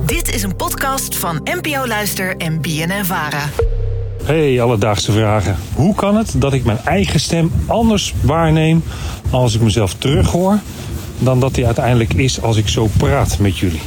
Dit is een podcast van NPO Luister en BNN-Vara. Hey, alledaagse vragen. Hoe kan het dat ik mijn eigen stem anders waarneem als ik mezelf terughoor dan dat die uiteindelijk is als ik zo praat met jullie?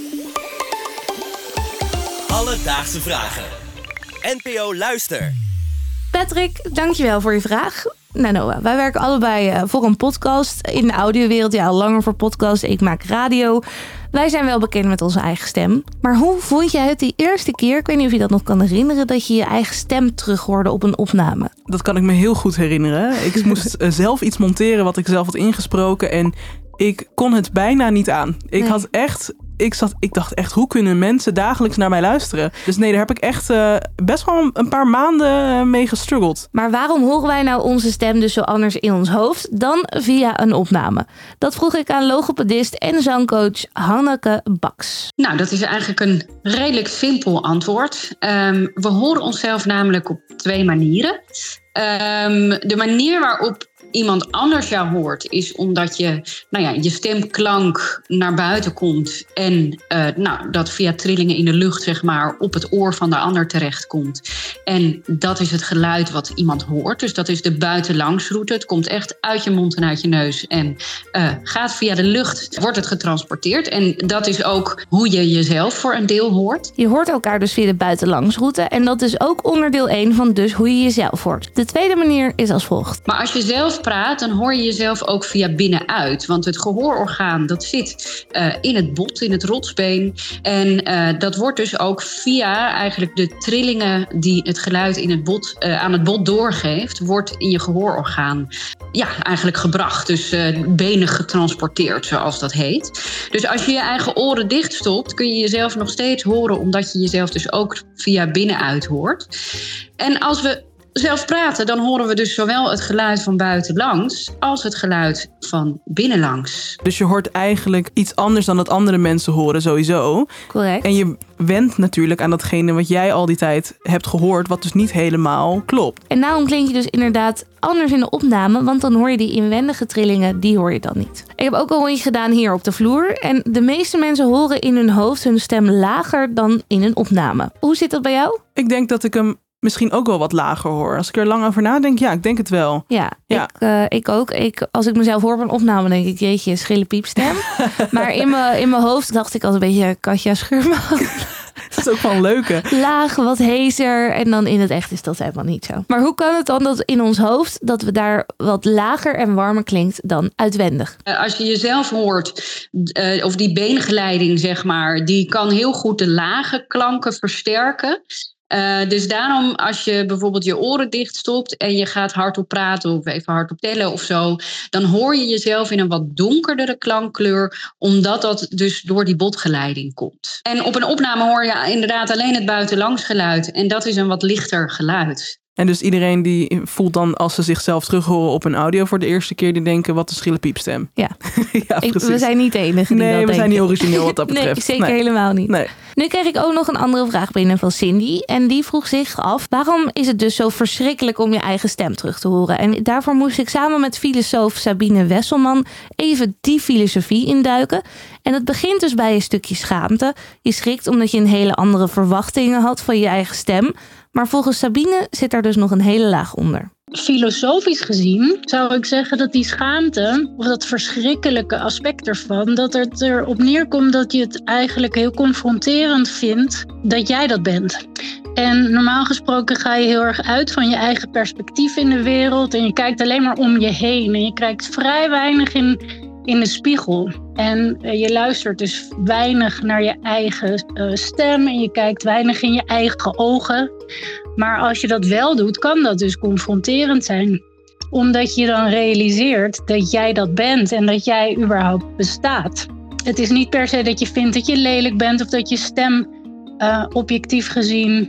Alledaagse vragen. NPO Luister. Patrick, dankjewel voor je vraag. Nou Noah, wij werken allebei voor een podcast. In de audiowereld, al langer voor podcasts. Ik maak radio. Wij zijn wel bekend met onze eigen stem. Maar hoe vond jij het die eerste keer, ik weet niet of je dat nog kan herinneren, dat je je eigen stem terughoorde op een opname? Dat kan ik me heel goed herinneren. Ik moest zelf iets monteren wat ik zelf had ingesproken en ik kon het bijna niet aan. Ik dacht echt, hoe kunnen mensen dagelijks naar mij luisteren? Dus nee, daar heb ik echt best wel een paar maanden mee gestruggeld. Maar waarom horen wij nou onze stem dus zo anders in ons hoofd dan via een opname? Dat vroeg ik aan logopedist en zangcoach Hanneke Baks. Nou, dat is eigenlijk een redelijk simpel antwoord. We horen onszelf namelijk op 2 manieren. De manier waarop iemand anders jou hoort is omdat je stemklank naar buiten komt en dat via trillingen in de lucht zeg maar op het oor van de ander terechtkomt. En dat is het geluid wat iemand hoort. Dus dat is de buitenlangsroute. Het komt echt uit je mond en uit je neus en gaat via de lucht, wordt het getransporteerd. En dat is ook hoe je jezelf voor een deel hoort. Je hoort elkaar dus via de buitenlangsroute en dat is ook onderdeel 1 van dus hoe je jezelf hoort. De tweede manier is als volgt. Maar als je zelf praat, dan hoor je jezelf ook via binnenuit. Want het gehoororgaan, dat zit in het bot, in het rotsbeen. En dat wordt dus ook via eigenlijk de trillingen die het geluid in het bot, aan het bot doorgeeft, wordt in je gehoororgaan eigenlijk gebracht. Dus benen getransporteerd, zoals dat heet. Dus als je je eigen oren dichtstopt, kun je jezelf nog steeds horen, omdat je jezelf dus ook via binnenuit hoort. En als we zelf praten, dan horen we dus zowel het geluid van buitenlangs als het geluid van binnenlangs. Dus je hoort eigenlijk iets anders dan dat andere mensen horen sowieso. Correct. En je went natuurlijk aan datgene wat jij al die tijd hebt gehoord, wat dus niet helemaal klopt. En daarom klink je dus inderdaad anders in de opname, want dan hoor je die inwendige trillingen, die hoor je dan niet. Ik heb ook een rondje gedaan hier op de vloer en de meeste mensen horen in hun hoofd hun stem lager dan in een opname. Hoe zit dat bij jou? Ik denk dat ik hem misschien ook wel wat lager hoor. Als ik er lang over nadenk, ik denk het wel. Ja. Ik ook. Als ik mezelf hoor op een opname, denk ik, jeetje, schille piepstem. Maar in mijn hoofd dacht ik altijd een beetje Katja Schuurman. Dat is ook wel een leuke. Laag, wat heeser. En dan in het echt is dat helemaal niet zo. Maar hoe kan het dan dat in ons hoofd dat we daar wat lager en warmer klinkt dan uitwendig? Als je jezelf hoort, of die beengeleiding zeg maar, die kan heel goed de lage klanken versterken. Dus daarom, als je bijvoorbeeld je oren dichtstopt en je gaat hardop praten of even hardop tellen of zo, dan hoor je jezelf in een wat donkerdere klankkleur, omdat dat dus door die botgeleiding komt. En op een opname hoor je inderdaad alleen het buitenlangsgeluid en dat is een wat lichter geluid. En dus iedereen die voelt dan, als ze zichzelf terughoren op een audio voor de eerste keer, die denken, wat een schille piepstem. Ja, precies. We zijn niet de enige die dat we denken. zijn niet origineel wat dat betreft. Nee, zeker helemaal niet. Nee. Nu kreeg ik ook nog een andere vraag binnen van Cindy. En die vroeg zich af, waarom is het dus zo verschrikkelijk om je eigen stem terug te horen? En daarvoor moest ik samen met filosoof Sabine Wesselman even die filosofie induiken. En het begint dus bij een stukje schaamte. Je schrikt omdat je een hele andere verwachtingen had van je eigen stem. Maar volgens Sabine zit daar dus nog een hele laag onder. Filosofisch gezien zou ik zeggen dat die schaamte, of dat verschrikkelijke aspect ervan, dat het erop neerkomt dat je het eigenlijk heel confronterend vindt dat jij dat bent. En normaal gesproken ga je heel erg uit van je eigen perspectief in de wereld en je kijkt alleen maar om je heen en je kijkt vrij weinig in de spiegel. En je luistert dus weinig naar je eigen stem en je kijkt weinig in je eigen ogen. Maar als je dat wel doet, kan dat dus confronterend zijn. Omdat je dan realiseert dat jij dat bent en dat jij überhaupt bestaat. Het is niet per se dat je vindt dat je lelijk bent of dat je stem objectief gezien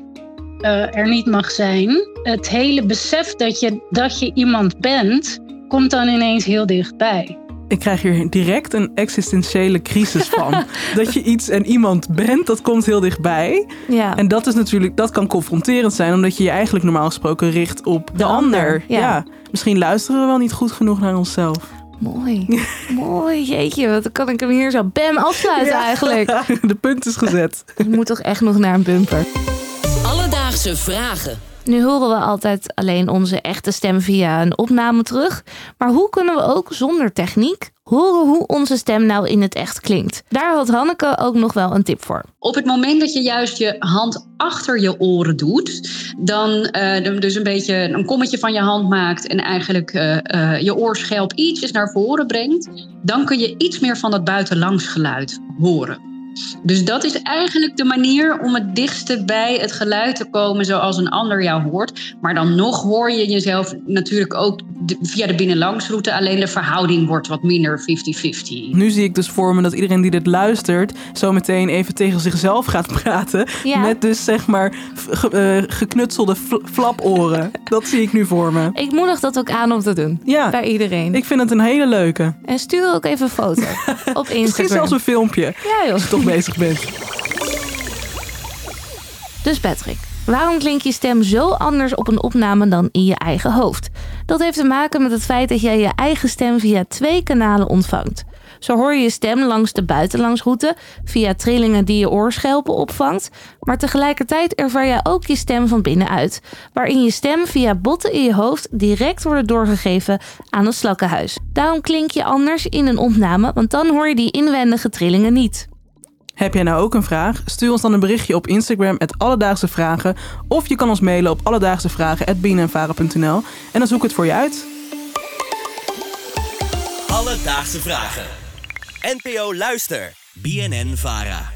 er niet mag zijn. Het hele besef dat je iemand bent, komt dan ineens heel dichtbij. Ik krijg hier direct een existentiële crisis van. Dat je iets en iemand bent, dat komt heel dichtbij. Ja. En dat is natuurlijk, dat kan confronterend zijn, omdat je je eigenlijk normaal gesproken richt op de ander. Ja. Misschien luisteren we wel niet goed genoeg naar onszelf. Mooi. Mooi, jeetje. Wat kan ik hem hier zo bam afsluiten eigenlijk. De punt is gezet. Ik moet toch echt nog naar een bumper. Alledaagse vragen. Nu horen we altijd alleen onze echte stem via een opname terug. Maar hoe kunnen we ook zonder techniek horen hoe onze stem nou in het echt klinkt? Daar had Hanneke ook nog wel een tip voor. Op het moment dat je juist je hand achter je oren doet, dan dus een beetje een kommetje van je hand maakt en eigenlijk je oorschelp ietsjes naar voren brengt, dan kun je iets meer van dat buitenlangsgeluid horen. Dus dat is eigenlijk de manier om het dichtste bij het geluid te komen zoals een ander jou hoort. Maar dan nog hoor je jezelf natuurlijk ook via de binnenlangsroute. Alleen de verhouding wordt wat minder 50-50. Nu zie ik dus voor me dat iedereen die dit luistert zo meteen even tegen zichzelf gaat praten. Ja. Met dus zeg maar geknutselde flaporen. Dat zie ik nu voor me. Ik moedig dat ook aan om te doen. Ja. Bij iedereen. Ik vind het een hele leuke. En stuur ook even een foto op Instagram. Misschien zelfs een filmpje. Ja, joh. Als je toch bezig bent. Dus Patrick, waarom klinkt je stem zo anders op een opname dan in je eigen hoofd? Dat heeft te maken met het feit dat jij je eigen stem via 2 kanalen ontvangt. Zo hoor je je stem langs de buitenlangsroute, via trillingen die je oorschelpen opvangt. Maar tegelijkertijd ervaar jij ook je stem van binnenuit, waarin je stem via botten in je hoofd direct wordt doorgegeven aan het slakkenhuis. Daarom klink je anders in een opname, want dan hoor je die inwendige trillingen niet. Heb jij nou ook een vraag? Stuur ons dan een berichtje op Instagram @alledaagsevragen of je kan ons mailen op alledaagsevragen@bnnvara.nl en dan zoek ik het voor je uit. Alledaagse vragen. NPO Luister. BNN Vara.